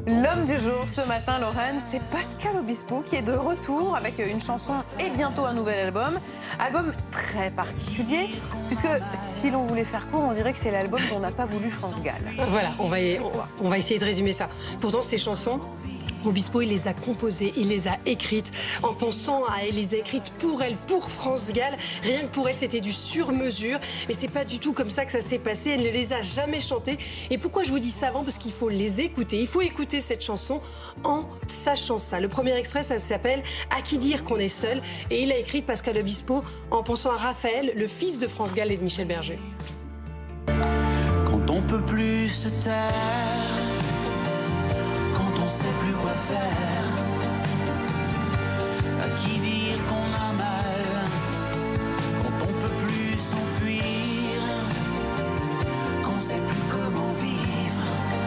L'homme du jour ce matin, Lorraine, c'est Pascal Obispo qui est de retour avec une chanson et bientôt un nouvel album. Album très particulier, puisque si l'on voulait faire court, on dirait que c'est l'album dont n'a pas voulu France Gall. Voilà, on va essayer de résumer ça. Pourtant, ces chansons, Obispo, il les a composées, il les a écrites en pensant à elle, il les a écrites pour elle, pour France Gall. Rien que pour elle, c'était du sur-mesure. Mais c'est pas du tout comme ça que ça s'est passé. Elle ne les a jamais chantées. Et pourquoi je vous dis ça avant? Parce qu'il faut les écouter. Il faut écouter cette chanson en sachant ça. Le premier extrait, ça s'appelle « À qui dire qu'on est seul ?» Et il a écrit Pascal Obispo en pensant à Raphaël, le fils de France Gall et de Michel Berger. Quand on peut plus se taire, plus quoi faire, à qui dire qu'on a mal, quand on peut plus s'enfuir, qu'on sait plus comment vivre,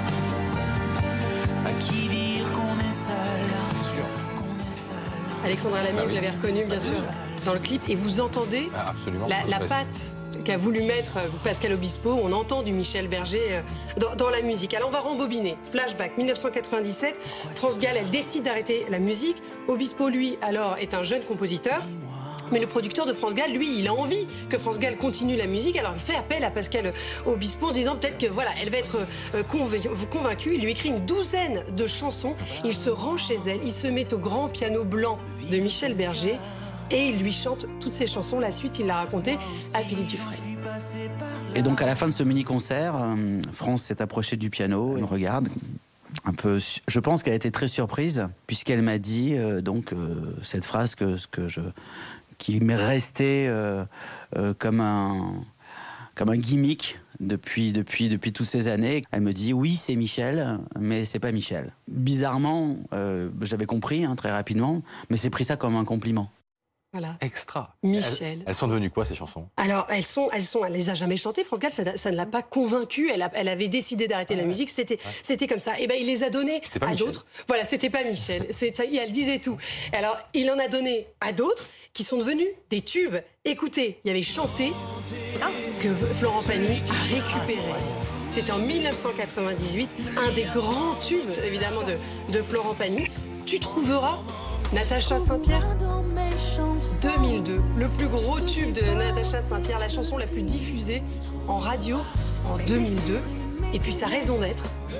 à qui dire qu'on est seul, Alexandra Lamy, vous l'avez reconnu bien sûr dans le clip, et vous entendez la patte qu'a voulu mettre Pascal Obispo. On entend du Michel Berger dans la musique. Alors on va rembobiner. Flashback 1997. France Gall, elle décide d'arrêter la musique. Obispo, lui, alors, est un jeune compositeur. Mais le producteur de France Gall, lui, il a envie que France Gall continue la musique. Alors il fait appel à Pascal Obispo en disant peut-être que voilà, elle va être convaincue. Il lui écrit une douzaine de chansons. Il se rend chez elle. Il se met au grand piano blanc de Michel Berger. Et il lui chante toutes ses chansons. La suite, il l'a racontée à Philippe Dufresne. Et donc, à la fin de ce mini-concert, France s'est approchée du piano. Elle me regarde un peu. Je pense qu'elle a été très surprise, puisqu'elle m'a dit cette phrase qui m'est restée comme un gimmick depuis toutes ces années. Elle me dit oui, c'est Michel, mais c'est pas Michel. Bizarrement, j'avais compris très rapidement, mais j'ai pris ça comme un compliment. Voilà. Extra. Michel. Elles sont devenues quoi, ces chansons? Alors, elle les a jamais chantées. France Gall, ça ne l'a pas convaincue. Elle avait décidé d'arrêter la musique. C'était comme ça. Et ben, il les a données à d'autres. Voilà, c'était pas Michel. Elle disait tout. Alors, il en a donné à d'autres qui sont devenus des tubes. Écoutez, il y avait Chanté que Florent Pagny a récupéré. C'était en 1998, un des grands tubes, évidemment, de Florent Pagny. Tu trouveras Natacha Saint-Pierre, 2002, le plus gros tube de Natacha Saint-Pierre, la chanson la plus diffusée en radio en 2002. Et puis sa raison d'être.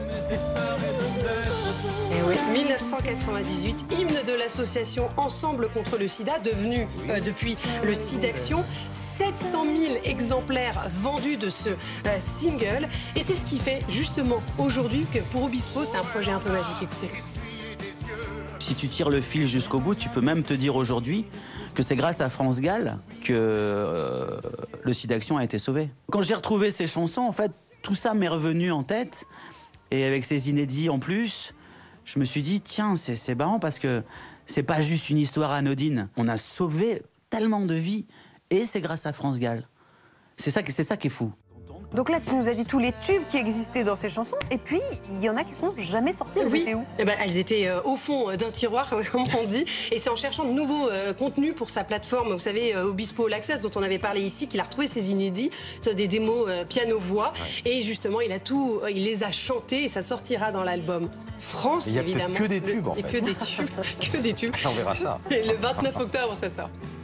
Et oui, 1998, hymne de l'association Ensemble contre le sida, devenu depuis le SIDAction. 700 000 exemplaires vendus de ce single. Et c'est ce qui fait justement aujourd'hui que pour Obispo, c'est un projet un peu magique. Écoutez. Si tu tires le fil jusqu'au bout, tu peux même te dire aujourd'hui que c'est grâce à France Gall que le SIDAction a été sauvé. Quand j'ai retrouvé ces chansons, en fait, tout ça m'est revenu en tête. Et avec ces inédits en plus, je me suis dit, tiens, c'est marrant parce que c'est pas juste une histoire anodine. On a sauvé tellement de vies et c'est grâce à France Gall. C'est ça qui est fou. Donc là, tu nous as dit tous les tubes qui existaient dans ces chansons, et puis il y en a qui sont jamais sortis. Elles étaient où? Eh ben, elles étaient au fond d'un tiroir, comme on dit, et c'est en cherchant de nouveaux contenus pour sa plateforme, vous savez, Obispo All Access, dont on avait parlé ici, qu'il a retrouvé ces inédits, des démos piano-voix, et justement, il les a chantés, et ça sortira dans l'album France, évidemment. Il n'y a que des tubes, en fait. Et que des tubes, que des tubes. On verra ça. Et le 29 octobre, ça sort.